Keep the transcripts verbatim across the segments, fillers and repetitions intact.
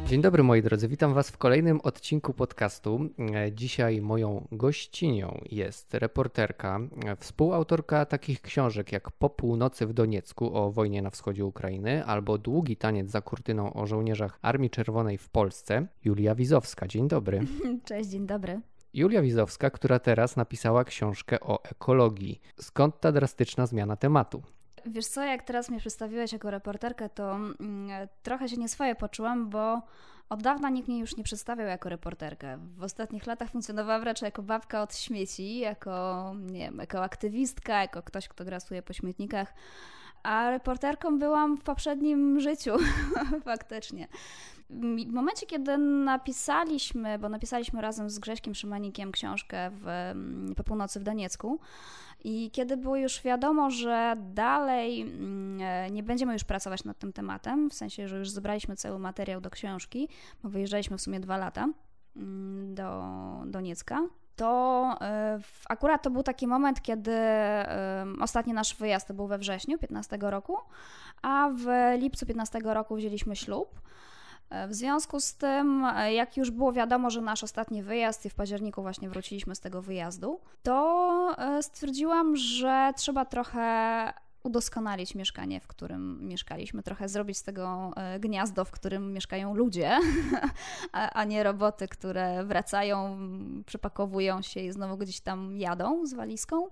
Dzień dobry moi drodzy, witam Was w kolejnym odcinku podcastu. Dzisiaj moją gościnią jest reporterka, współautorka takich książek jak Po północy w Doniecku o wojnie na wschodzie Ukrainy albo Długi taniec za kurtyną o żołnierzach Armii Czerwonej w Polsce, Julia Wizowska. Dzień dobry. Cześć, dzień dobry. Julia Wizowska, która teraz napisała książkę o ekologii. Skąd ta drastyczna zmiana tematu? Wiesz co, jak teraz mnie przedstawiłeś jako reporterkę, to mm, trochę się nieswoje poczułam, bo od dawna nikt mnie już nie przedstawiał jako reporterkę. W ostatnich latach funkcjonowałam raczej jako babka od śmieci, jako, nie wiem, jako aktywistka, jako ktoś, kto grasuje po śmietnikach, a reporterką byłam w poprzednim życiu, faktycznie. W momencie, kiedy napisaliśmy, bo napisaliśmy razem z Grześkiem Szymanikiem książkę w, Po północy w Doniecku i kiedy było już wiadomo, że dalej nie będziemy już pracować nad tym tematem, w sensie, że już zebraliśmy cały materiał do książki, bo wyjeżdżaliśmy w sumie dwa lata do Doniecka, to akurat to był taki moment, kiedy ostatni nasz wyjazd to był we wrześniu piętnastego roku, a w lipcu piętnastego roku wzięliśmy ślub. W związku z tym, jak już było wiadomo, że nasz ostatni wyjazd i w październiku właśnie wróciliśmy z tego wyjazdu, to stwierdziłam, że trzeba trochę udoskonalić mieszkanie, w którym mieszkaliśmy, trochę zrobić z tego gniazdo, w którym mieszkają ludzie, a nie roboty, które wracają, przypakowują się i znowu gdzieś tam jadą z walizką.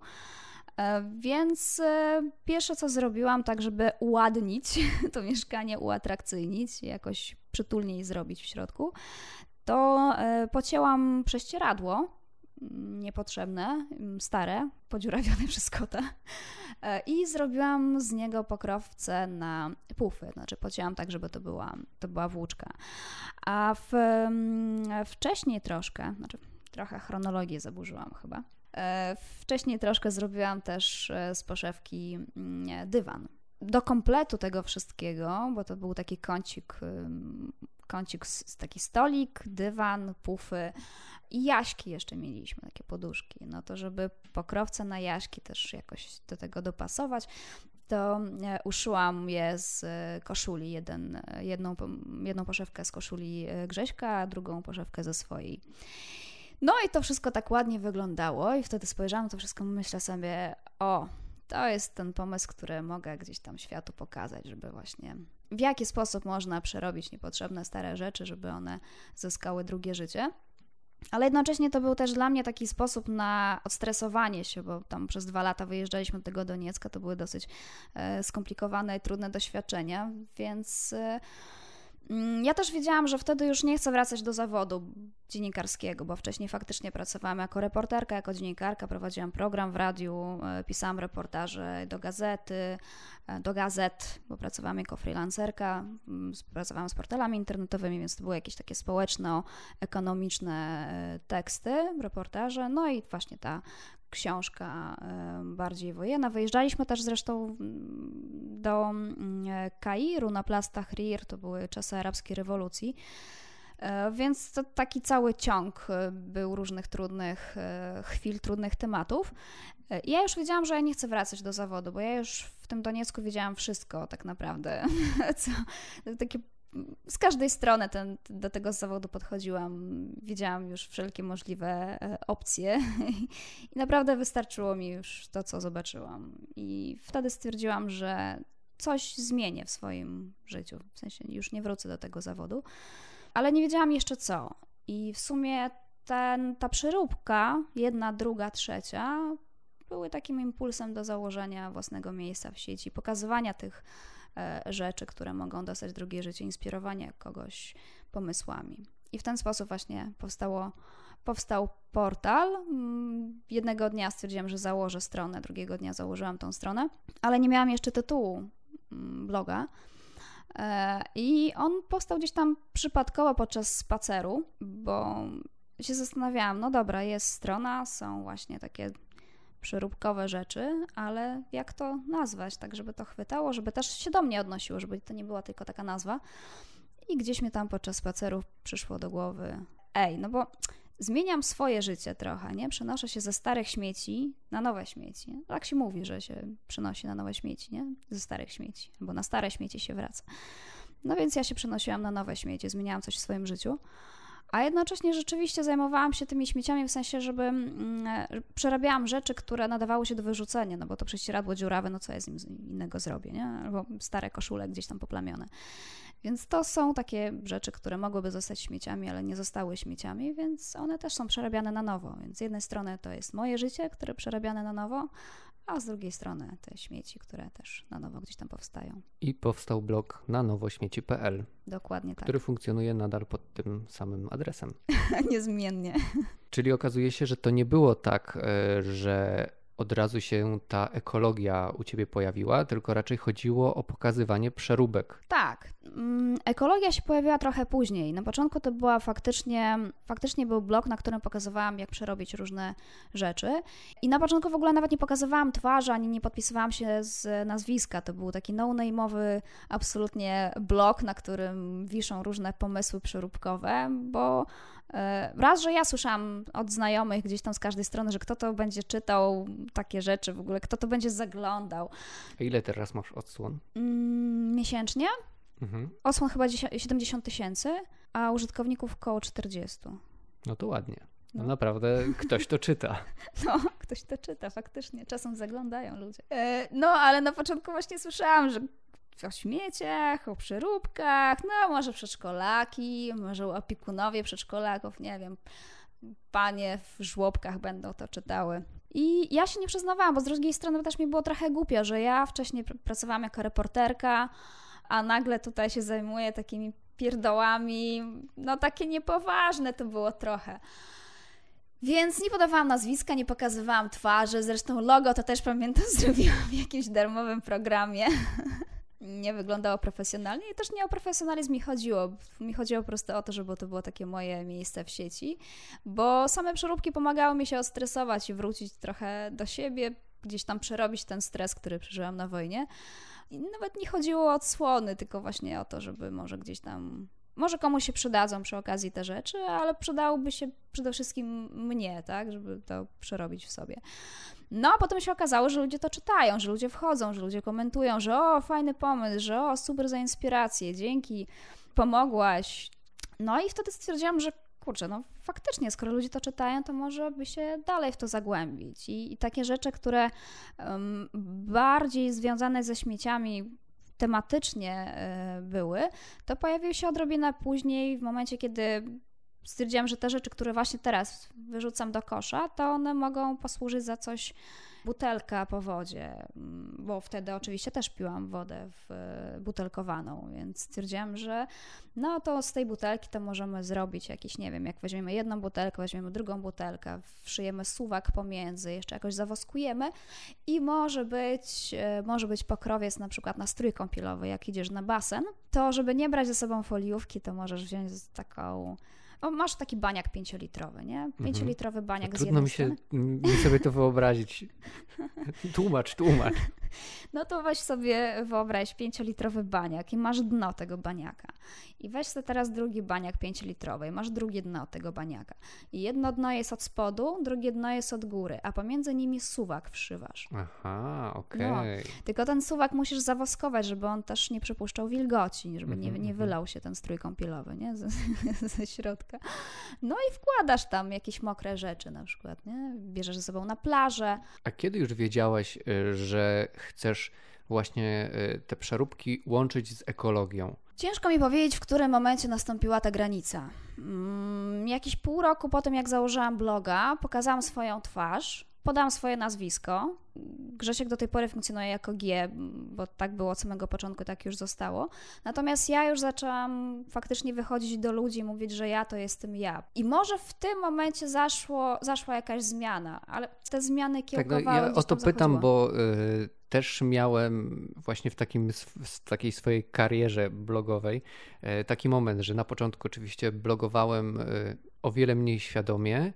Więc pierwsze, co zrobiłam, tak żeby uładnić to mieszkanie, uatrakcyjnić, jakoś przytulniej zrobić w środku, to pocięłam prześcieradło niepotrzebne, stare, podziurawione przez kota i zrobiłam z niego pokrowce na pufy, znaczy pocięłam tak, żeby to była, to była włóczka. A w, wcześniej troszkę, znaczy trochę chronologię zaburzyłam chyba, wcześniej troszkę zrobiłam też z poszewki dywan. Do kompletu tego wszystkiego, bo to był taki kącik, kącik, taki stolik, dywan, pufy i jaśki jeszcze mieliśmy, takie poduszki. No to żeby pokrowce na jaśki też jakoś do tego dopasować, to uszyłam je z koszuli, jeden, jedną, jedną poszewkę z koszuli Grześka, a drugą poszewkę ze swojej. No i to wszystko tak ładnie wyglądało i wtedy spojrzałam na to wszystko i myślę sobie, o, to jest ten pomysł, który mogę gdzieś tam światu pokazać, żeby właśnie w jaki sposób można przerobić niepotrzebne stare rzeczy, żeby one zyskały drugie życie. Ale jednocześnie to był też dla mnie taki sposób na odstresowanie się, bo tam przez dwa lata wyjeżdżaliśmy do tego Doniecka, to były dosyć skomplikowane i trudne doświadczenia, więc ja też wiedziałam, że wtedy już nie chcę wracać do zawodu dziennikarskiego, bo wcześniej faktycznie pracowałam jako reporterka, jako dziennikarka, prowadziłam program w radiu, pisałam reportaże do gazety, do gazet, bo pracowałam jako freelancerka, pracowałam z portalami internetowymi, więc to były jakieś takie społeczno-ekonomiczne teksty, reportaże, no i właśnie ta książka bardziej wojenna. Wyjeżdżaliśmy też zresztą do Kairu na Plac Tahrir, to były czasy arabskiej rewolucji, więc to taki cały ciąg był różnych trudnych chwil, trudnych tematów. I ja już wiedziałam, że ja nie chcę wracać do zawodu, bo ja już w tym Doniecku wiedziałam wszystko tak naprawdę, co, takie z każdej strony ten, do tego zawodu podchodziłam, wiedziałam już wszelkie możliwe opcje i naprawdę wystarczyło mi już to, co zobaczyłam. I wtedy stwierdziłam, że coś zmienię w swoim życiu, w sensie już nie wrócę do tego zawodu, ale nie wiedziałam jeszcze co. I w sumie ten, ta przeróbka, jedna, druga, trzecia, były takim impulsem do założenia własnego miejsca w sieci, pokazywania tych rzeczy, które mogą dostać drugie życie, inspirowanie kogoś pomysłami. I w ten sposób właśnie powstało, powstał portal. Jednego dnia stwierdziłam, że założę stronę, drugiego dnia założyłam tą stronę, ale nie miałam jeszcze tytułu bloga. I on powstał gdzieś tam przypadkowo podczas spaceru, bo się zastanawiałam, no dobra, jest strona, są właśnie takie przeróbkowe rzeczy, ale jak to nazwać, tak żeby to chwytało, żeby też się do mnie odnosiło, żeby to nie była tylko taka nazwa. I gdzieś mi tam podczas spacerów przyszło do głowy, ej, no bo zmieniam swoje życie trochę, nie? Przenoszę się ze starych śmieci na nowe śmieci. Tak się mówi, że się przenosi na nowe śmieci, nie? Ze starych śmieci, bo na stare śmieci się wraca. No więc ja się przenosiłam na nowe śmieci, zmieniałam coś w swoim życiu. A jednocześnie rzeczywiście zajmowałam się tymi śmieciami w sensie, żeby mm, przerabiałam rzeczy, które nadawały się do wyrzucenia, no bo to prześcieradło dziurawe, no co ja z nim innego zrobię, nie? Albo stare koszule gdzieś tam poplamione. Więc to są takie rzeczy, które mogłyby zostać śmieciami, ale nie zostały śmieciami, więc one też są przerabiane na nowo. Więc z jednej strony to jest moje życie, które przerabiane na nowo, a z drugiej strony te śmieci, które też na nowo gdzieś tam powstają. I powstał blog na nowo śmieci kropka p l. Dokładnie tak. Który funkcjonuje nadal pod tym samym adresem. Niezmiennie. Czyli okazuje się, że to nie było tak, że od razu się ta ekologia u ciebie pojawiła, tylko raczej chodziło o pokazywanie przeróbek. Tak. Ekologia się pojawiła trochę później. Na początku to była faktycznie, faktycznie był blog, na którym pokazywałam, jak przerobić różne rzeczy. I na początku w ogóle nawet nie pokazywałam twarzy, ani nie podpisywałam się z nazwiska. To był taki no-name'owy absolutnie blog, na którym wiszą różne pomysły przeróbkowe, bo raz, że ja słyszałam od znajomych gdzieś tam z każdej strony, że kto to będzie czytał takie rzeczy, w ogóle kto to będzie zaglądał. A ile teraz masz odsłon? Mm, miesięcznie? Mhm. Odsłon chyba siedemdziesiąt tysięcy, a użytkowników około czterdzieści. No to ładnie. No, no naprawdę ktoś to czyta. No, ktoś to czyta, faktycznie. Czasem zaglądają ludzie. E, no, ale na początku właśnie słyszałam, że o śmieciach, o przeróbkach, no może przedszkolaki, może opiekunowie przedszkolaków, nie wiem, panie w żłobkach będą to czytały. I ja się nie przyznawałam, bo z drugiej strony też mi było trochę głupio, że ja wcześniej pr- pracowałam jako reporterka, a nagle tutaj się zajmuję takimi pierdołami, no takie niepoważne to było trochę. Więc nie podawałam nazwiska, nie pokazywałam twarzy, zresztą logo to też pamiętam zrobiłam w jakimś darmowym programie. Nie wyglądało profesjonalnie i też nie o profesjonalizm mi chodziło. Mi chodziło po prostu o to, żeby to było takie moje miejsce w sieci, bo same przeróbki pomagały mi się odstresować i wrócić trochę do siebie, gdzieś tam przerobić ten stres, który przeżyłam na wojnie. I nawet nie chodziło o odsłony, tylko właśnie o to, żeby może gdzieś tam... Może komuś się przydadzą przy okazji te rzeczy, ale przydałoby się przede wszystkim mnie, tak, żeby to przerobić w sobie. No a potem się okazało, że ludzie to czytają, że ludzie wchodzą, że ludzie komentują, że o, fajny pomysł, że o, super za inspirację, dzięki, pomogłaś. No i wtedy stwierdziłam, że kurczę, no faktycznie, skoro ludzie to czytają, to może by się dalej w to zagłębić. I, i takie rzeczy, które um, bardziej związane ze śmieciami tematycznie y, były, to pojawiły się odrobinę później, w momencie, kiedy stwierdziłam, że te rzeczy, które właśnie teraz wyrzucam do kosza, to one mogą posłużyć za coś, butelka po wodzie, bo wtedy oczywiście też piłam wodę w, butelkowaną, więc stwierdziłam, że no to z tej butelki to możemy zrobić jakiś, nie wiem, jak weźmiemy jedną butelkę, weźmiemy drugą butelkę, wszyjemy suwak pomiędzy, jeszcze jakoś zawoskujemy i może być, może być pokrowiec na przykład na strój kąpielowy, jak idziesz na basen, to żeby nie brać ze sobą foliówki, to możesz wziąć taką... O, masz taki baniak pięciolitrowy, nie? Pięciolitrowy baniak z Trudno jednej mi się strony. mi sobie to wyobrazić. Tłumacz, tłumacz. No to weź sobie, wyobraź, pięciolitrowy baniak i masz dno tego baniaka. I weź sobie teraz drugi baniak pięciolitrowy i masz drugie dno tego baniaka. I jedno dno jest od spodu, drugie dno jest od góry, a pomiędzy nimi suwak wszywasz. Aha, okej. Okay. No, tylko ten suwak musisz zawoskować, żeby on też nie przepuszczał wilgoci, żeby nie, nie wylał się ten strój kąpielowy, nie? Ze, ze środka. No i wkładasz tam jakieś mokre rzeczy na przykład, nie? Bierzesz ze sobą na plażę. A kiedy już wiedziałaś, że chcesz właśnie te przeróbki łączyć z ekologią? Ciężko mi powiedzieć, w którym momencie nastąpiła ta granica. Hmm, jakieś pół roku po tym, jak założyłam bloga, pokazałam swoją twarz, podałam swoje nazwisko. Grzesiek do tej pory funkcjonuje jako G, bo tak było od samego początku, tak już zostało. Natomiast ja już zaczęłam faktycznie wychodzić do ludzi i mówić, że ja to jestem ja. I może w tym momencie zaszło, zaszła jakaś zmiana, ale te zmiany kiełkowały. Tak, no ja o to pytam, zachodziło. bo y, też miałem właśnie w takim, w takiej swojej karierze blogowej y, taki moment, że na początku oczywiście blogowałem y, o wiele mniej świadomie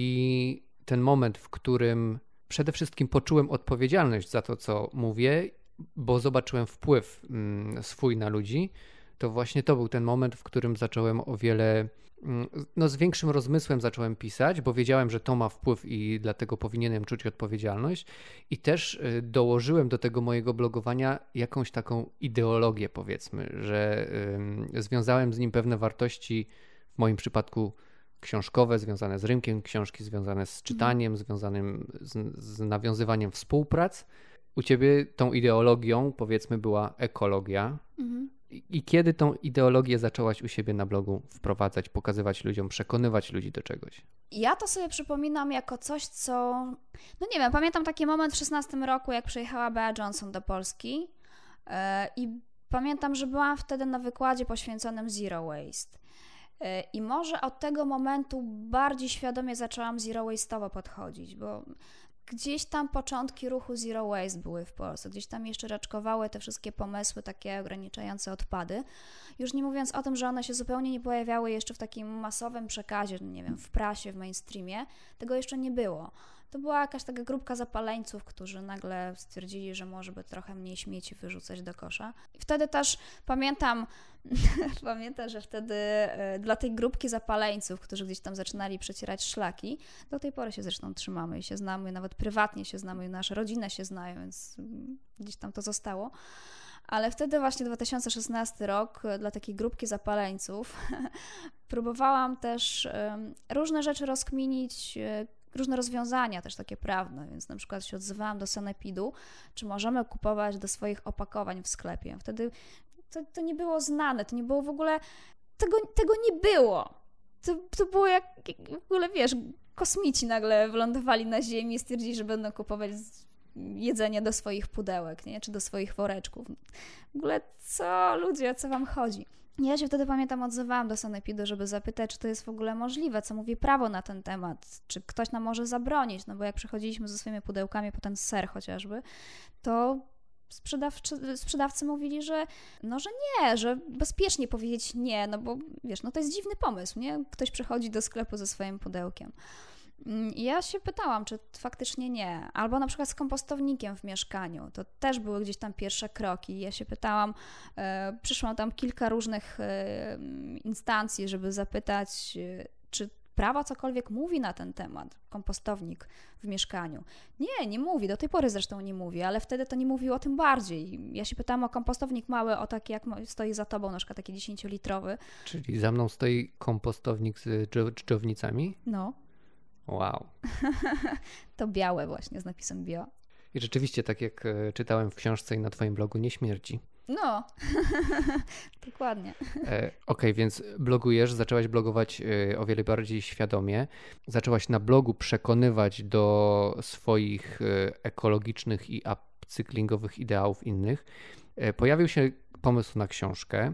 i ten moment, w którym przede wszystkim poczułem odpowiedzialność za to, co mówię, bo zobaczyłem wpływ swój na ludzi, to właśnie to był ten moment, w którym zacząłem o wiele no, z większym rozmysłem zacząłem pisać, bo wiedziałem, że to ma wpływ i dlatego powinienem czuć odpowiedzialność. I też dołożyłem do tego mojego blogowania jakąś taką ideologię, powiedzmy, że y, związałem z nim pewne wartości, w moim przypadku książkowe, związane z rynkiem książki, związane z czytaniem, mhm. związanym z, z nawiązywaniem współprac. U ciebie tą ideologią, powiedzmy, była ekologia. Mhm. I, I kiedy tą ideologię zaczęłaś u siebie na blogu wprowadzać, pokazywać ludziom, przekonywać ludzi do czegoś? Ja to sobie przypominam jako coś, co... No nie wiem, pamiętam taki moment w szesnastym roku, jak przyjechała Bea Johnson do Polski yy, i pamiętam, że byłam wtedy na wykładzie poświęconym Zero Waste. Yy, I może od tego momentu bardziej świadomie zaczęłam zero waste'owo podchodzić, bo gdzieś tam początki ruchu Zero Waste były w Polsce, gdzieś tam jeszcze raczkowały te wszystkie pomysły takie ograniczające odpady. Już nie mówiąc o tym, że one się zupełnie nie pojawiały jeszcze w takim masowym przekazie, nie wiem, w prasie, w mainstreamie, tego jeszcze nie było. To była jakaś taka grupka zapaleńców, którzy nagle stwierdzili, że może by trochę mniej śmieci wyrzucać do kosza. I wtedy też pamiętam, pamiętam, że wtedy dla tej grupki zapaleńców, którzy gdzieś tam zaczynali przecierać szlaki, do tej pory się zresztą trzymamy i się znamy, nawet prywatnie się znamy, nasze rodziny się znają, więc gdzieś tam to zostało. Ale wtedy właśnie dwa tysiące szesnasty rok dla takiej grupki zapaleńców próbowałam też różne rzeczy rozkminić, różne rozwiązania też takie prawne, więc na przykład się odzywałam do Sanepidu, czy możemy kupować do swoich opakowań w sklepie. Wtedy to, to nie było znane, to nie było w ogóle, tego, tego nie było. To, to było jak, w ogóle, wiesz, kosmici nagle wylądowali na ziemi i stwierdzili, że będą kupować jedzenie do swoich pudełek, nie? Czy do swoich woreczków. W ogóle co, ludzie, o co wam chodzi? Ja się wtedy, pamiętam, odzywałam do Sanepidu, żeby zapytać, czy to jest w ogóle możliwe, co mówi prawo na ten temat, czy ktoś nam może zabronić, no bo jak przychodziliśmy ze swoimi pudełkami po ten ser chociażby, to sprzedawcy, sprzedawcy mówili, że no, że nie, że bezpiecznie powiedzieć nie, no bo wiesz, no to jest dziwny pomysł, nie? Ktoś przychodzi do sklepu ze swoim pudełkiem. I ja się pytałam, czy faktycznie nie. Albo na przykład z kompostownikiem w mieszkaniu. To też były gdzieś tam pierwsze kroki. Ja się pytałam, e, przyszłam tam kilka różnych e, instancji, żeby zapytać, e, czy prawo cokolwiek mówi na ten temat, kompostownik w mieszkaniu. Nie, nie mówi, do tej pory zresztą nie mówi, ale wtedy to nie mówiło tym bardziej. Ja się pytałam o kompostownik mały, o taki jak stoi za tobą, na przykład taki dziesięciolitrowy. Czyli za mną stoi kompostownik z dżdżownicami? No. Wow. To białe właśnie z napisem bio. I rzeczywiście, tak jak czytałem w książce i na twoim blogu, nie śmierdzi. No, dokładnie. E, Okej, okay, więc blogujesz, zaczęłaś blogować e, o wiele bardziej świadomie. Zaczęłaś na blogu przekonywać do swoich e, ekologicznych i upcyklingowych ideałów innych. E, pojawił się pomysł na książkę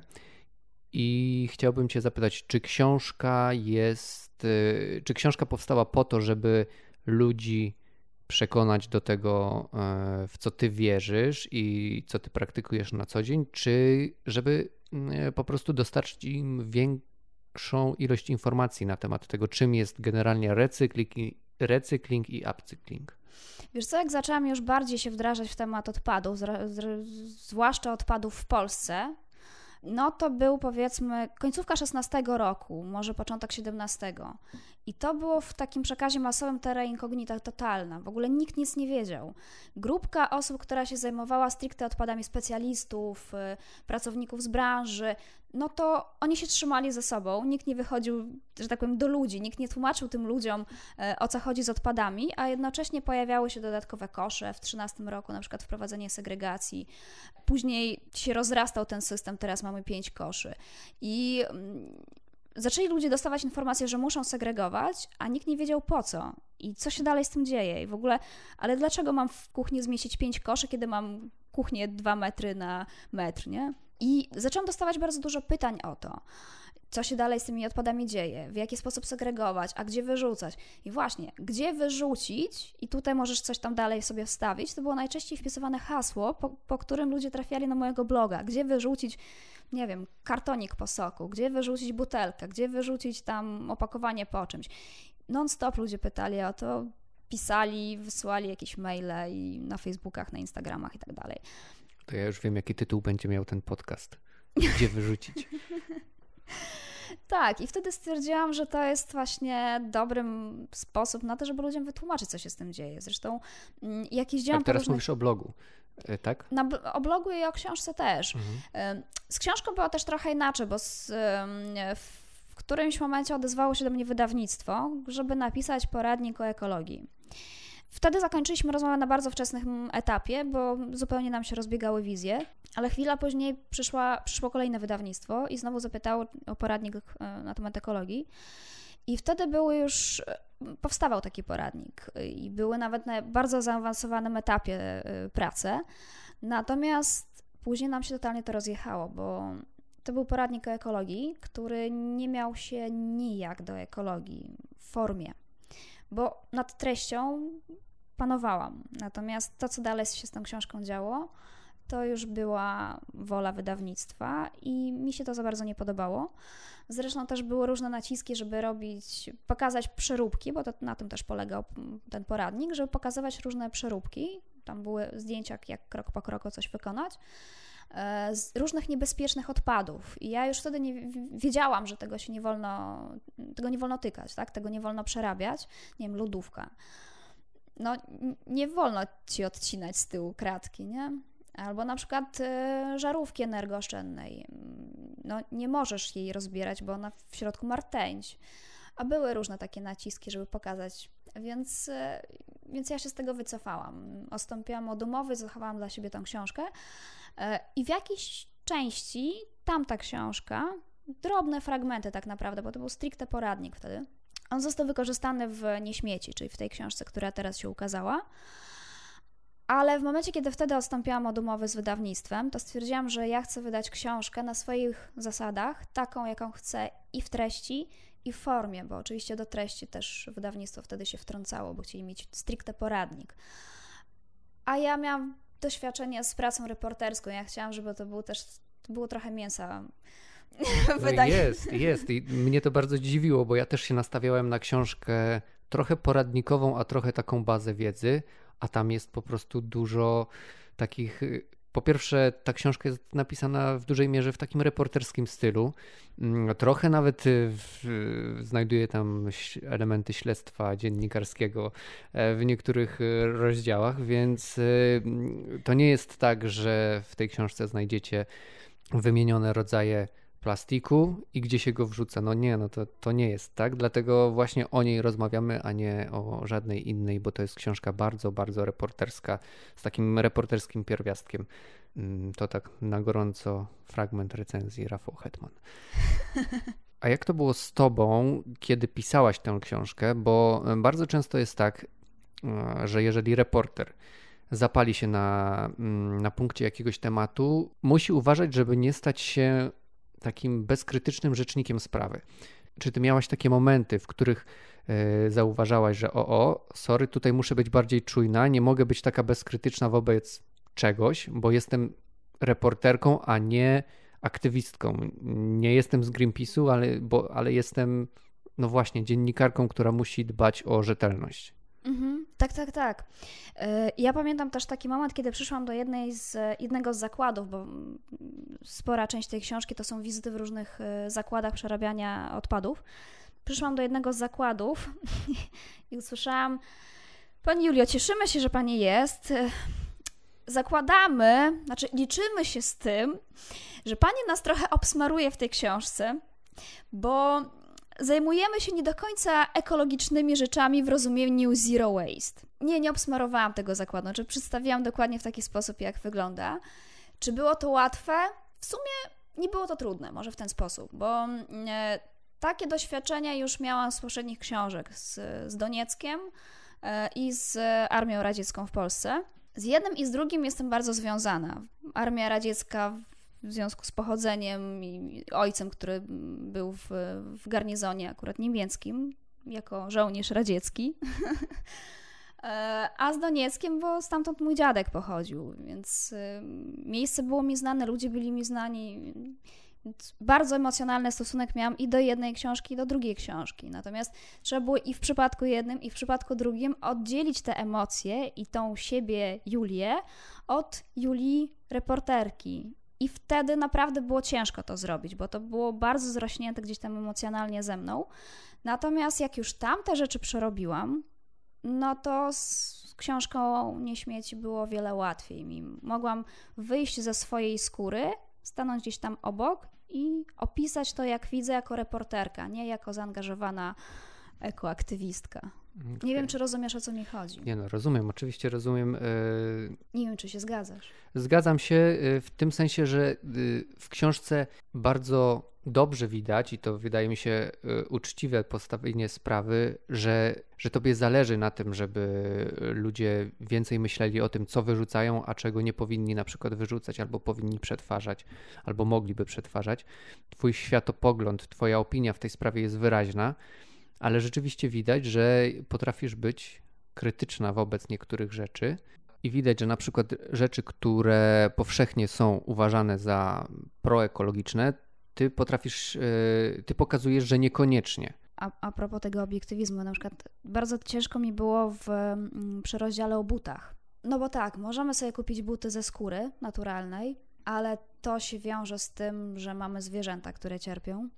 i chciałbym cię zapytać, czy książka jest, e, czy książka powstała po to, żeby ludzi przekonać do tego, w co ty wierzysz i co ty praktykujesz na co dzień, czy żeby po prostu dostarczyć im większą ilość informacji na temat tego, czym jest generalnie recykling i, recykling i upcykling? Wiesz co, jak zaczęłam już bardziej się wdrażać w temat odpadów, zwłaszcza odpadów w Polsce, no to był, powiedzmy, końcówka szesnastego roku, może początek siedemnastego. I to było w takim przekazie masowym terra incognita totalna. W ogóle nikt nic nie wiedział. Grupka osób, która się zajmowała stricte odpadami, specjalistów, pracowników z branży, no to oni się trzymali ze sobą. Nikt nie wychodził, że tak powiem, do ludzi. Nikt nie tłumaczył tym ludziom, o co chodzi z odpadami, a jednocześnie pojawiały się dodatkowe kosze. W trzynastym roku na przykład wprowadzenie segregacji. Później się rozrastał ten system, teraz mamy pięć koszy. I zaczęli ludzie dostawać informacje, że muszą segregować, a nikt nie wiedział po co i co się dalej z tym dzieje. I w ogóle, ale dlaczego mam w kuchni zmieścić pięć koszy, kiedy mam kuchnię dwa metry na metr, nie? I zaczęłam dostawać bardzo dużo pytań o to, co się dalej z tymi odpadami dzieje, w jaki sposób segregować, a gdzie wyrzucać. I właśnie, gdzie wyrzucić, i tutaj możesz coś tam dalej sobie wstawić, to było najczęściej wpisywane hasło, po, po którym ludzie trafiali na mojego bloga. Gdzie wyrzucić, nie wiem, kartonik po soku, gdzie wyrzucić butelkę, gdzie wyrzucić tam opakowanie po czymś. Non-stop ludzie pytali o to, pisali, wysyłali jakieś maile i na Facebookach, na Instagramach i tak dalej. To ja już wiem, jaki tytuł będzie miał ten podcast. Gdzie wyrzucić? Tak, i wtedy stwierdziłam, że to jest właśnie dobrym sposób na to, żeby ludziom wytłumaczyć, co się z tym dzieje. Zresztą jak jeździłam tak, teraz po różnych... mówisz o blogu, tak? Na, o blogu i o książce też. Mhm. Z książką było też trochę inaczej, bo z, w którymś momencie odezwało się do mnie wydawnictwo, żeby napisać poradnik o ekologii. Wtedy zakończyliśmy rozmowę na bardzo wczesnym etapie, bo zupełnie nam się rozbiegały wizje, ale chwila później przyszła, przyszło kolejne wydawnictwo i znowu zapytało o poradnik na temat ekologii. I wtedy były już, powstawał taki poradnik i były nawet na bardzo zaawansowanym etapie prace. Natomiast później nam się totalnie to rozjechało, bo to był poradnik o ekologii, który nie miał się nijak do ekologii w formie, bo nad treścią panowałam. Natomiast to, co dalej się z tą książką działo, to już była wola wydawnictwa i mi się to za bardzo nie podobało. Zresztą też były różne naciski, żeby robić, pokazać przeróbki, bo to na tym też polegał ten poradnik, żeby pokazywać różne przeróbki. Tam były zdjęcia, jak krok po kroku coś wykonać, z różnych niebezpiecznych odpadów. I ja już wtedy nie wiedziałam, że tego się nie wolno, tego nie wolno tykać, tak? Tego nie wolno przerabiać. Nie wiem, lodówka. No, nie wolno ci odcinać z tyłu kratki, nie? Albo na przykład y, żarówki energooszczędnej. No, nie możesz jej rozbierać, bo ona w środku ma rtęć. A były różne takie naciski, żeby pokazać. Więc, y, więc ja się z tego wycofałam. Odstąpiłam od umowy, zachowałam dla siebie tą książkę. Y, I w jakiejś części tamta książka, drobne fragmenty tak naprawdę, bo to był stricte poradnik wtedy, on został wykorzystany w Nieśmieci, czyli w tej książce, która teraz się ukazała. Ale w momencie, kiedy wtedy odstąpiłam od umowy z wydawnictwem, to stwierdziłam, że ja chcę wydać książkę na swoich zasadach, taką, jaką chcę i w treści, i w formie, bo oczywiście do treści też wydawnictwo wtedy się wtrącało, bo chcieli mieć stricte poradnik. A ja miałam doświadczenie z pracą reporterską, ja chciałam, żeby to było też, to było trochę mięsa. No jest, jest i mnie to bardzo dziwiło, bo ja też się nastawiałem na książkę trochę poradnikową, a trochę taką bazę wiedzy, a tam jest po prostu dużo takich... Po pierwsze, ta książka jest napisana w dużej mierze w takim reporterskim stylu. Trochę nawet w, znajduje tam elementy śledztwa dziennikarskiego w niektórych rozdziałach, więc to nie jest tak, że w tej książce znajdziecie wymienione rodzaje plastiku i gdzie się go wrzuca. No nie, no to, to nie jest tak, dlatego właśnie o niej rozmawiamy, a nie o żadnej innej, bo to jest książka bardzo, bardzo reporterska, z takim reporterskim pierwiastkiem. To tak na gorąco fragment recenzji Rafał Hetman. A jak to było z tobą, kiedy pisałaś tę książkę? Bo bardzo często jest tak, że jeżeli reporter zapali się na, na punkcie jakiegoś tematu, musi uważać, żeby nie stać się takim bezkrytycznym rzecznikiem sprawy. Czy ty miałaś takie momenty, w których y, zauważałaś, że o, o, sorry, tutaj muszę być bardziej czujna, nie mogę być taka bezkrytyczna wobec czegoś, bo jestem reporterką, a nie aktywistką. Nie jestem z Greenpeace'u, ale, bo, ale jestem, no właśnie, dziennikarką, która musi dbać o rzetelność. Mhm, tak, tak, tak. Ja pamiętam też taki moment, kiedy przyszłam do jednej z, jednego z zakładów, bo spora część tej książki to są wizyty w różnych zakładach przerabiania odpadów. Przyszłam do jednego z zakładów i usłyszałam: Pani Julio, cieszymy się, że Pani jest. Zakładamy, znaczy liczymy się z tym, że Pani nas trochę obsmaruje w tej książce, bo zajmujemy się nie do końca ekologicznymi rzeczami w rozumieniu zero waste. Nie, nie obsmarowałam tego zakładu, znaczy przedstawiłam dokładnie w taki sposób, jak wygląda. Czy było to łatwe? W sumie nie było to trudne, może w ten sposób, bo e, takie doświadczenia już miałam z poprzednich książek, z, z Donieckiem e, i z Armią Radziecką w Polsce. Z jednym i z drugim jestem bardzo związana. Armia Radziecka w związku z pochodzeniem i ojcem, który był w, w garnizonie akurat niemieckim, jako żołnierz radziecki. A z Donieckiem, bo stamtąd mój dziadek pochodził, więc miejsce było mi znane, ludzie byli mi znani. Bardzo emocjonalny stosunek miałam i do jednej książki, i do drugiej książki. Natomiast trzeba było i w przypadku jednym, i w przypadku drugim oddzielić te emocje i tą siebie Julię od Julii reporterki. I wtedy naprawdę było ciężko to zrobić, bo to było bardzo zrośnięte gdzieś tam emocjonalnie ze mną. Natomiast jak już tamte rzeczy przerobiłam, no to z książką Nie śmieci było o wiele łatwiej mi. Mogłam wyjść ze swojej skóry, stanąć gdzieś tam obok i opisać to, jak widzę, jako reporterka, nie jako zaangażowana ekoaktywistka. Okay. Nie wiem, czy rozumiesz, o co mi chodzi. Nie no, rozumiem, oczywiście rozumiem. Yy... Nie wiem, czy się zgadzasz. Zgadzam się yy, w tym sensie, że yy, w książce bardzo dobrze widać i to wydaje mi się yy, uczciwe postawienie sprawy, że, że tobie zależy na tym, żeby ludzie więcej myśleli o tym, co wyrzucają, a czego nie powinni na przykład wyrzucać, albo powinni przetwarzać, albo mogliby przetwarzać. Twój światopogląd, twoja opinia w tej sprawie jest wyraźna. Ale rzeczywiście widać, że potrafisz być krytyczna wobec niektórych rzeczy i widać, że na przykład rzeczy, które powszechnie są uważane za proekologiczne, ty potrafisz, ty pokazujesz, że niekoniecznie. A, a propos tego obiektywizmu, na przykład bardzo ciężko mi było w, przy rozdziale o butach. No bo tak, możemy sobie kupić buty ze skóry naturalnej, ale to się wiąże z tym, że mamy zwierzęta, które cierpią.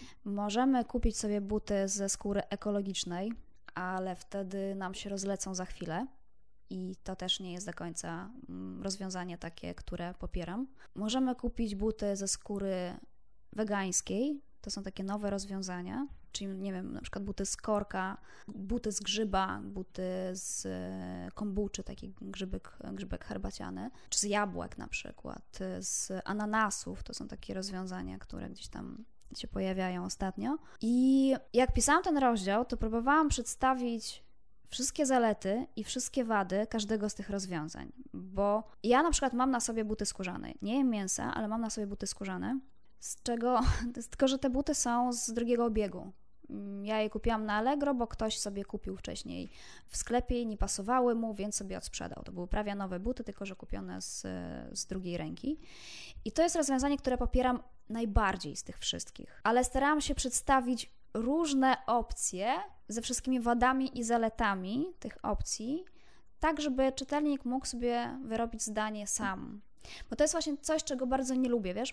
Możemy kupić sobie buty ze skóry ekologicznej, ale wtedy nam się rozlecą za chwilę i to też nie jest do końca rozwiązanie takie, które popieram. Możemy kupić buty ze skóry wegańskiej, to są takie nowe rozwiązania, czyli nie wiem, na przykład buty z korka, buty z grzyba, buty z kombuczy, taki grzybek, grzybek herbaciany, czy z jabłek na przykład, z ananasów, to są takie rozwiązania, które gdzieś tam się pojawiają ostatnio. I jak pisałam ten rozdział, to próbowałam przedstawić wszystkie zalety i wszystkie wady każdego z tych rozwiązań, bo ja na przykład mam na sobie buty skórzane. Nie jem mięsa, ale mam na sobie buty skórzane, z czego, tylko że te buty są z drugiego obiegu. Ja je kupiłam na Allegro, bo ktoś sobie kupił wcześniej w sklepie i nie pasowały mu, więc sobie odsprzedał. To były prawie nowe buty, tylko że kupione z, z drugiej ręki. I to jest rozwiązanie, które popieram najbardziej z tych wszystkich. Ale starałam się przedstawić różne opcje ze wszystkimi wadami i zaletami tych opcji, tak żeby czytelnik mógł sobie wyrobić zdanie sam. Bo to jest właśnie coś, czego bardzo nie lubię, wiesz?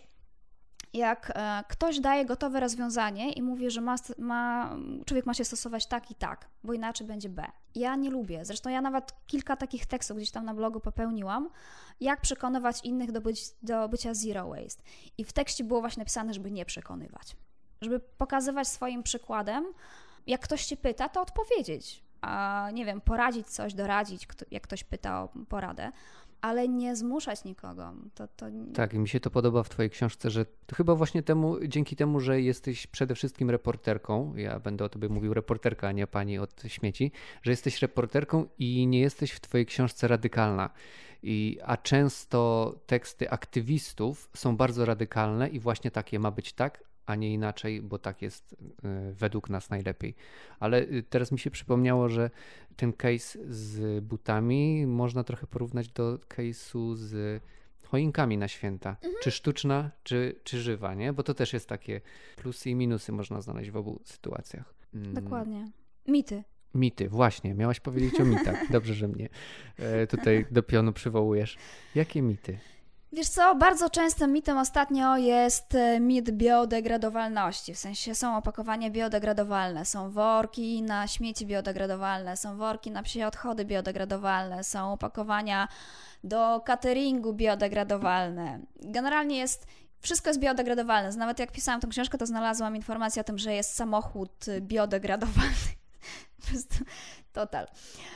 Jak e, ktoś daje gotowe rozwiązanie i mówi, że ma, ma, człowiek ma się stosować tak i tak, bo inaczej będzie B. Ja nie lubię. Zresztą ja nawet kilka takich tekstów gdzieś tam na blogu popełniłam, jak przekonywać innych do, być, do bycia zero waste. I w tekście było właśnie napisane, żeby nie przekonywać. Żeby pokazywać swoim przykładem, jak ktoś cię pyta, to odpowiedzieć. A nie wiem, poradzić coś, doradzić, jak ktoś pyta o poradę. Ale nie zmuszać nikogo. To, to... Tak, i mi się to podoba w twojej książce, że to chyba właśnie temu, dzięki temu, że jesteś przede wszystkim reporterką, ja będę o tobie mówił reporterka, a nie pani od śmieci, że jesteś reporterką i nie jesteś w twojej książce radykalna. I, a często teksty aktywistów są bardzo radykalne i właśnie takie ma być tak, a nie inaczej, bo tak jest y, według nas najlepiej. Ale y, teraz mi się przypomniało, że ten case z butami można trochę porównać do case'u z choinkami na święta. Mhm. Czy sztuczna, czy, czy żywa, nie? Bo to też jest takie plusy i minusy można znaleźć w obu sytuacjach. Mm. Dokładnie. Mity. Mity, właśnie. Miałaś powiedzieć o mitach. Dobrze, że mnie e, tutaj do pionu przywołujesz. Jakie mity? Wiesz co, bardzo częstym mitem ostatnio jest mit biodegradowalności, w sensie są opakowania biodegradowalne, są worki na śmieci biodegradowalne, są worki na psie odchody biodegradowalne, są opakowania do cateringu biodegradowalne. Generalnie jest, wszystko jest biodegradowalne. Nawet jak pisałam tę książkę, to znalazłam informację o tym, że jest samochód biodegradowalny. Po prostu total.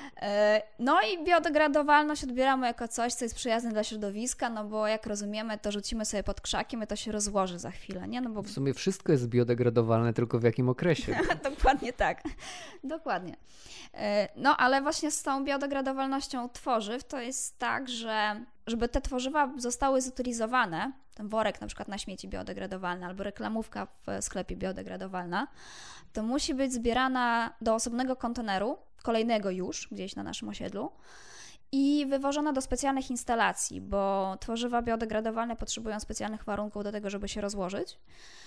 No i biodegradowalność odbieramy jako coś, co jest przyjazne dla środowiska, no bo jak rozumiemy, to rzucimy sobie pod krzakiem i to się rozłoży za chwilę, nie? No bo... W sumie wszystko jest biodegradowalne, tylko w jakim okresie? Dokładnie tak. Dokładnie. No ale właśnie z tą biodegradowalnością tworzyw to jest tak, że żeby te tworzywa zostały zutylizowane, ten worek na przykład na śmieci biodegradowalne albo reklamówka w sklepie biodegradowalna, to musi być zbierana do osobnego konteneru, kolejnego już, gdzieś na naszym osiedlu i wywożona do specjalnych instalacji, bo tworzywa biodegradowalne potrzebują specjalnych warunków do tego, żeby się rozłożyć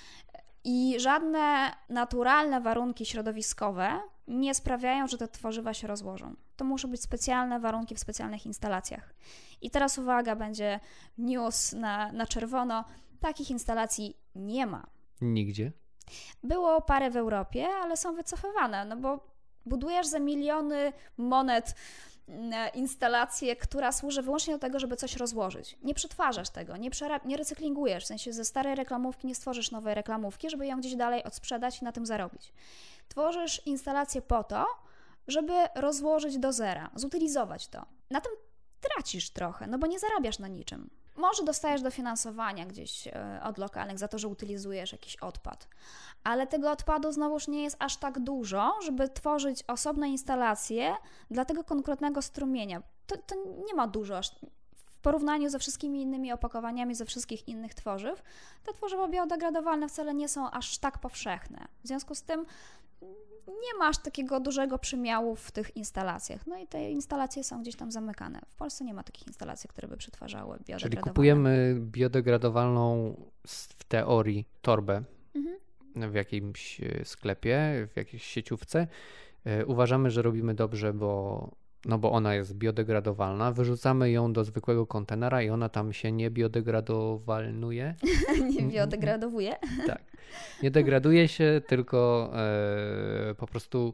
i żadne naturalne warunki środowiskowe nie sprawiają, że te tworzywa się rozłożą. to muszą być specjalne warunki w specjalnych instalacjach. I teraz uwaga, będzie news na, na czerwono. Takich instalacji nie ma. Nigdzie? Było parę w Europie, ale są wycofywane, no bo budujesz za miliony monet instalację, która służy wyłącznie do tego, żeby coś rozłożyć. Nie przetwarzasz tego, nie, przera- nie recyklingujesz, w sensie ze starej reklamówki nie stworzysz nowej reklamówki, żeby ją gdzieś dalej odsprzedać i na tym zarobić. Tworzysz instalację po to, żeby rozłożyć do zera, zutylizować to. Na tym tracisz trochę, no bo nie zarabiasz na niczym. Może dostajesz dofinansowania gdzieś od lokalnych za to, że utylizujesz jakiś odpad, ale tego odpadu znowuż nie jest aż tak dużo, żeby tworzyć osobne instalacje dla tego konkretnego strumienia. To, to nie ma dużo aż w porównaniu ze wszystkimi innymi opakowaniami, ze wszystkich innych tworzyw. Te tworzywa biodegradowalne wcale nie są aż tak powszechne. W związku z tym nie masz takiego dużego przymiału w tych instalacjach. No i te instalacje są gdzieś tam zamykane. W Polsce nie ma takich instalacji, które by przetwarzały biodegradowalne. Czyli kupujemy biodegradowalną w teorii torbę mhm. w jakimś sklepie, w jakiejś sieciówce. Uważamy, że robimy dobrze, bo, no bo ona jest biodegradowalna. Wyrzucamy ją do zwykłego kontenera i ona tam się nie biodegradowalnuje. Nie biodegradowuje. Tak. Nie degraduje się, tylko e, po prostu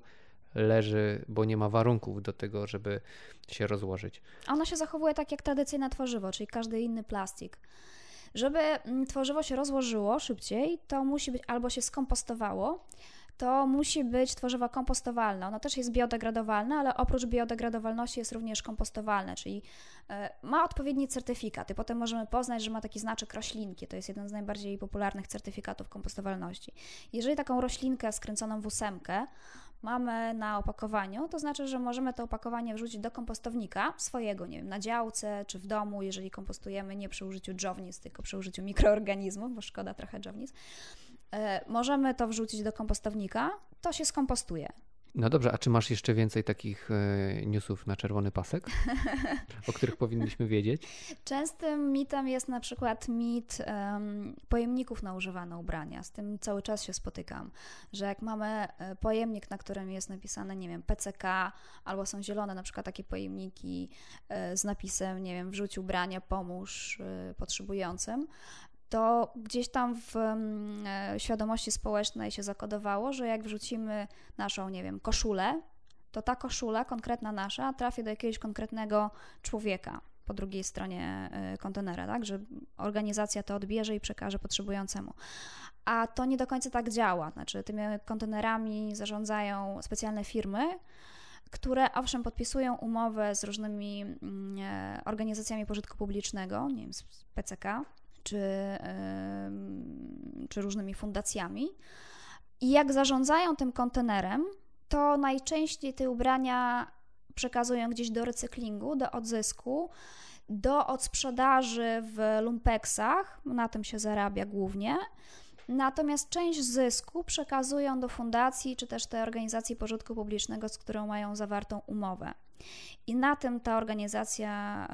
leży, bo nie ma warunków do tego, żeby się rozłożyć. Ona się zachowuje tak jak tradycyjne tworzywo, czyli każdy inny plastik. Żeby tworzywo się rozłożyło szybciej, to musi być albo się skompostowało, to musi być tworzywo kompostowalne. Ono też jest biodegradowalne, ale oprócz biodegradowalności jest również kompostowalne, czyli ma odpowiedni certyfikat i potem możemy poznać, że ma taki znaczek roślinki. To jest jeden z najbardziej popularnych certyfikatów kompostowalności. Jeżeli taką roślinkę skręconą w ósemkę mamy na opakowaniu, to znaczy, że możemy to opakowanie wrzucić do kompostownika swojego, nie wiem, na działce czy w domu, jeżeli kompostujemy nie przy użyciu dżownic, tylko przy użyciu mikroorganizmów, bo szkoda trochę dżownic. Możemy to wrzucić do kompostownika, to się skompostuje. No dobrze, a czy masz jeszcze więcej takich e, newsów na czerwony pasek, o których powinniśmy wiedzieć? Częstym mitem jest na przykład mit um, pojemników na używane ubrania. Z tym cały czas się spotykam, że jak mamy pojemnik, na którym jest napisane, nie wiem, P C K, albo są zielone na przykład takie pojemniki e, z napisem, nie wiem, wrzuć ubrania, pomóż e, potrzebującym, to gdzieś tam w um, świadomości społecznej się zakodowało, że jak wrzucimy naszą, nie wiem, koszulę, to ta koszula, konkretna nasza, trafi do jakiegoś konkretnego człowieka po drugiej stronie y, kontenera, tak, że organizacja to odbierze i przekaże potrzebującemu. A to nie do końca tak działa, znaczy tymi kontenerami zarządzają specjalne firmy, które owszem podpisują umowę z różnymi y, organizacjami pożytku publicznego, nie wiem, z P C K, Czy, yy, czy różnymi fundacjami. I jak zarządzają tym kontenerem, to najczęściej te ubrania przekazują gdzieś do recyklingu, do odzysku, do odsprzedaży w lumpeksach, na tym się zarabia głównie. Natomiast część zysku przekazują do fundacji, czy też tej organizacji pożytku publicznego, z którą mają zawartą umowę. I na tym ta organizacja,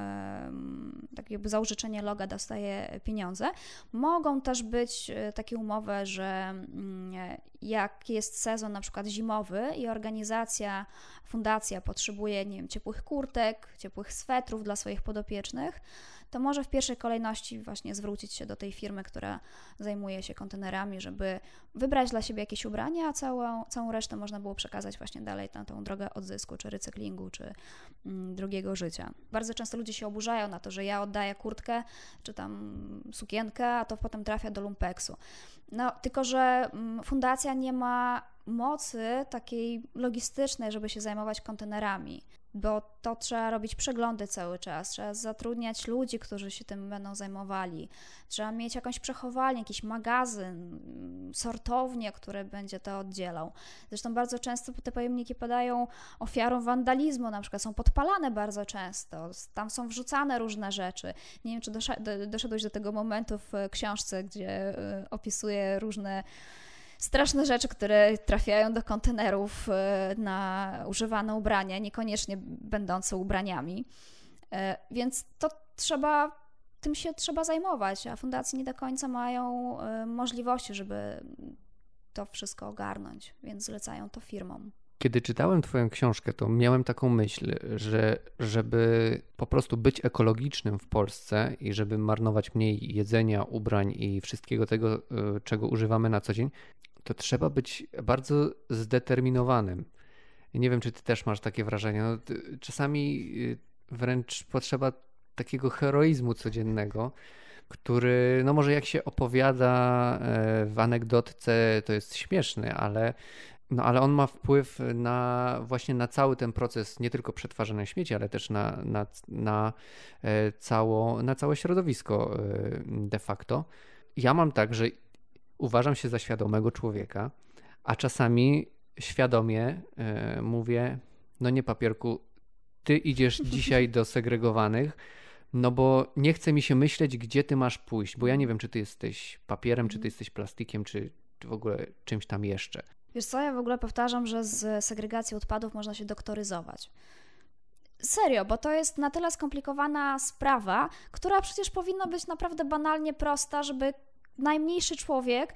tak jakby za użyczenie loga dostaje pieniądze. Mogą też być takie umowy, że jak jest sezon na przykład zimowy i organizacja, fundacja potrzebuje, nie wiem, ciepłych kurtek, ciepłych swetrów dla swoich podopiecznych, to może w pierwszej kolejności właśnie zwrócić się do tej firmy, która zajmuje się kontenerami, żeby wybrać dla siebie jakieś ubrania, a całą, całą resztę można było przekazać właśnie dalej na tą drogę odzysku, czy recyklingu, czy mm, drugiego życia. Bardzo często ludzie się oburzają na to, że ja oddaję kurtkę, czy tam sukienkę, a to potem trafia do lumpeksu. No, tylko że fundacja nie ma mocy takiej logistycznej, żeby się zajmować kontenerami, bo to trzeba robić przeglądy cały czas, trzeba zatrudniać ludzi, którzy się tym będą zajmowali, trzeba mieć jakąś przechowalnię, jakiś magazyn, sortownię, który będzie to oddzielał. Zresztą bardzo często te pojemniki padają ofiarą wandalizmu, na przykład są podpalane bardzo często, tam są wrzucane różne rzeczy. Nie wiem, czy doszedłeś do tego momentu w książce, gdzie opisuję różne straszne rzeczy, które trafiają do kontenerów na używane ubrania, niekoniecznie będące ubraniami. Więc to trzeba, tym się trzeba zajmować, a fundacje nie do końca mają możliwości, żeby to wszystko ogarnąć, więc zlecają to firmom. Kiedy czytałem twoją książkę, to miałem taką myśl, że żeby po prostu być ekologicznym w Polsce i żeby marnować mniej jedzenia, ubrań i wszystkiego tego, czego używamy na co dzień, to trzeba być bardzo zdeterminowanym. I nie wiem, czy ty też masz takie wrażenie. No, czasami wręcz potrzeba takiego heroizmu codziennego, który, no może jak się opowiada w anegdotce, to jest śmieszny, ale, no ale on ma wpływ na właśnie na cały ten proces, nie tylko przetwarzania śmieci, ale też na, na, na, cało, na całe środowisko de facto. Ja mam tak, że uważam się za świadomego człowieka, a czasami świadomie mówię, no nie papierku, ty idziesz dzisiaj do segregowanych, no bo nie chce mi się myśleć, gdzie ty masz pójść, bo ja nie wiem, czy ty jesteś papierem, czy ty jesteś plastikiem, czy, czy w ogóle czymś tam jeszcze. Wiesz co, ja w ogóle powtarzam, że z segregacji odpadów można się doktoryzować. Serio, bo to jest na tyle skomplikowana sprawa, która przecież powinna być naprawdę banalnie prosta, żeby najmniejszy człowiek,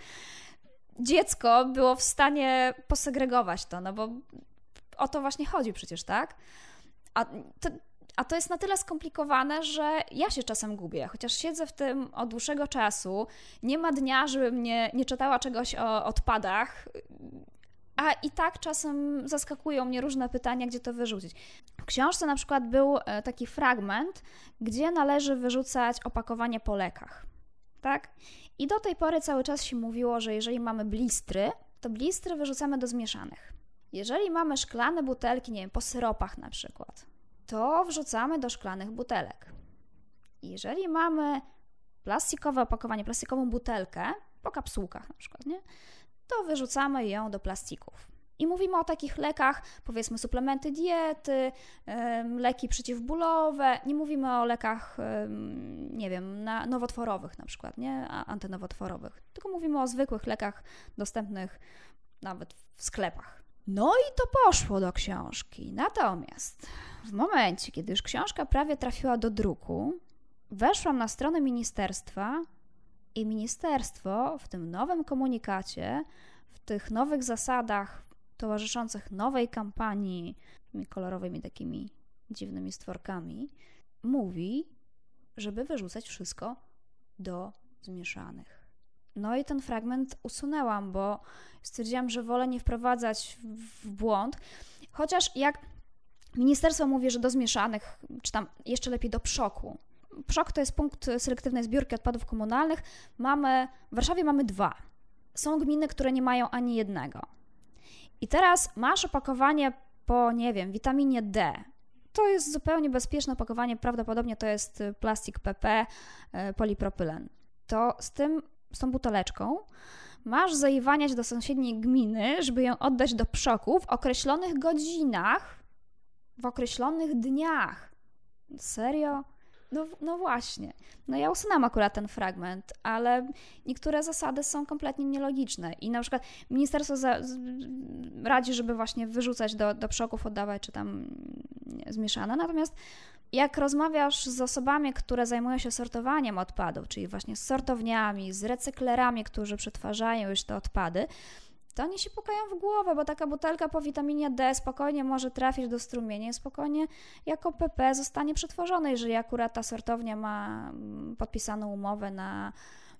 dziecko było w stanie posegregować to, no bo o to właśnie chodzi przecież, tak? A to, a to jest na tyle skomplikowane, że ja się czasem gubię, chociaż siedzę w tym od dłuższego czasu, nie ma dnia, żebym nie, nie czytała czegoś o odpadach, a i tak czasem zaskakują mnie różne pytania, gdzie to wyrzucić. W książce na przykład był taki fragment, gdzie należy wyrzucać opakowanie po lekach, tak? I do tej pory cały czas się mówiło, że jeżeli mamy blistry, to blistry wyrzucamy do zmieszanych. Jeżeli mamy szklane butelki, nie wiem, po syropach na przykład, to wrzucamy do szklanych butelek. Jeżeli mamy plastikowe opakowanie, plastikową butelkę, po kapsułkach na przykład, nie? To wyrzucamy ją do plastików. I mówimy o takich lekach, powiedzmy suplementy diety, leki przeciwbólowe, nie mówimy o lekach, nie wiem, na nowotworowych na przykład, nie, antynowotworowych, tylko mówimy o zwykłych lekach dostępnych nawet w sklepach. No i to poszło do książki. Natomiast w momencie, kiedy już książka prawie trafiła do druku, weszłam na stronę ministerstwa i ministerstwo w tym nowym komunikacie, w tych nowych zasadach towarzyszących nowej kampanii, tymi kolorowymi takimi dziwnymi stworkami, mówi, żeby wyrzucać wszystko do zmieszanych. No i ten fragment usunęłam, bo stwierdziłam, że wolę nie wprowadzać w błąd, chociaż jak ministerstwo mówi, że do zmieszanych, czy tam jeszcze lepiej do przoku. Przok to jest punkt selektywnej zbiórki odpadów komunalnych. Mamy, w Warszawie mamy dwa. Są gminy, które nie mają ani jednego. I teraz masz opakowanie po, nie wiem, witaminie D. To jest zupełnie bezpieczne opakowanie, prawdopodobnie to jest plastik P P, polipropylen. To z tym, z tą buteleczką masz zaiwaniać do sąsiedniej gminy, żeby ją oddać do przoku w określonych godzinach, w określonych dniach. Serio? No, no właśnie. No ja usunęłam akurat ten fragment, ale niektóre zasady są kompletnie nielogiczne i na przykład ministerstwo za, z, radzi, żeby właśnie wyrzucać do, do przoków, oddawać czy tam nie, zmieszane, natomiast jak rozmawiasz z osobami, które zajmują się sortowaniem odpadów, czyli właśnie z sortowniami, z recyklerami, którzy przetwarzają już te odpady, to oni się pukają w głowę, bo taka butelka po witaminie D spokojnie może trafić do strumienia i spokojnie jako P P zostanie przetworzone, jeżeli akurat ta sortownia ma podpisaną umowę na,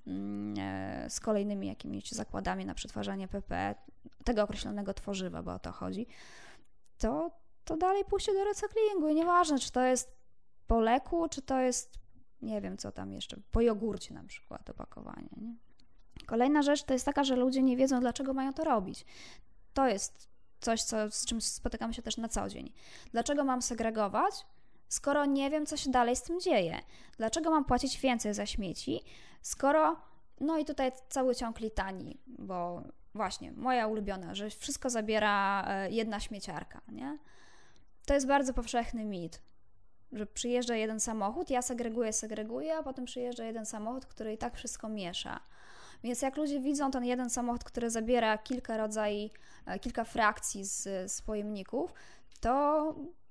z kolejnymi jakimiś zakładami na przetwarzanie P P tego określonego tworzywa, bo o to chodzi, to, to dalej puści do recyklingu i nieważne, czy to jest po leku, czy to jest, nie wiem co tam jeszcze, po jogurcie na przykład opakowanie, nie? Kolejna rzecz to jest taka, że ludzie nie wiedzą, dlaczego mają to robić. To jest coś, co, z czym spotykamy się też na co dzień. Dlaczego mam segregować, skoro nie wiem, co się dalej z tym dzieje? Dlaczego mam płacić więcej za śmieci, skoro... No i tutaj cały ciąg litanii, bo właśnie, moja ulubiona, że wszystko zabiera jedna śmieciarka, nie? To jest bardzo powszechny mit, że przyjeżdża jeden samochód, ja segreguję, segreguję, a potem przyjeżdża jeden samochód, który i tak wszystko miesza. Więc jak ludzie widzą ten jeden samochód, który zabiera kilka rodzajów, kilka frakcji z, z pojemników, to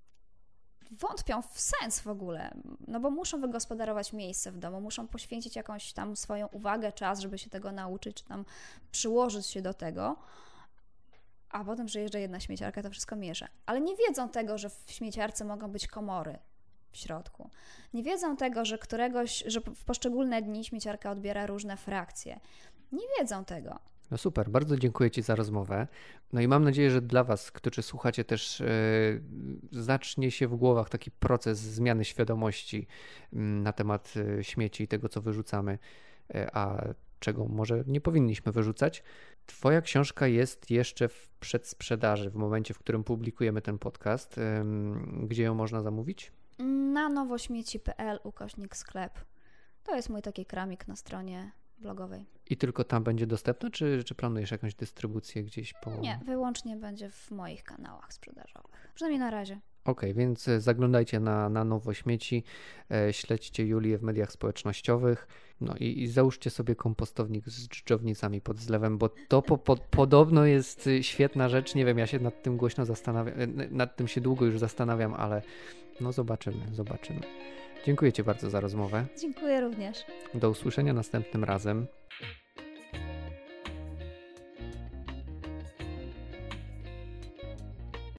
wątpią w sens w ogóle, no bo muszą wygospodarować miejsce w domu, muszą poświęcić jakąś tam swoją uwagę, czas, żeby się tego nauczyć, czy tam przyłożyć się do tego. a potem przyjeżdża jedna śmieciarka, to wszystko miesza. Ale nie wiedzą tego, że w śmieciarce mogą być komory w środku. Nie wiedzą tego, że któregoś, że w poszczególne dni śmieciarka odbiera różne frakcje. Nie wiedzą tego. No super, bardzo dziękuję Ci za rozmowę. No i mam nadzieję, że dla Was, którzy słuchacie, też yy, zacznie się w głowach taki proces zmiany świadomości yy, na temat yy, śmieci i tego, co wyrzucamy, yy, a czego może nie powinniśmy wyrzucać. Twoja książka jest jeszcze w przedsprzedaży w momencie, w którym publikujemy ten podcast. Yy, gdzie ją można zamówić? Na nowośmieci kropka p l ukośnik sklep. To jest mój taki kramik na stronie blogowej. I tylko tam będzie dostępna, czy, czy planujesz jakąś dystrybucję gdzieś po... Nie, wyłącznie będzie w moich kanałach sprzedażowych. Przynajmniej na razie. Okej, okay, więc zaglądajcie na, na Nowośmieci, e, śledźcie Julię w mediach społecznościowych, no i, i załóżcie sobie kompostownik z dżdżownicami pod zlewem, bo to po, po, podobno jest świetna rzecz. Nie wiem, ja się nad tym głośno zastanawiam, nad tym się długo już zastanawiam, ale no zobaczymy, zobaczymy. Dziękuję Ci bardzo za rozmowę. Dziękuję również. Do usłyszenia następnym razem.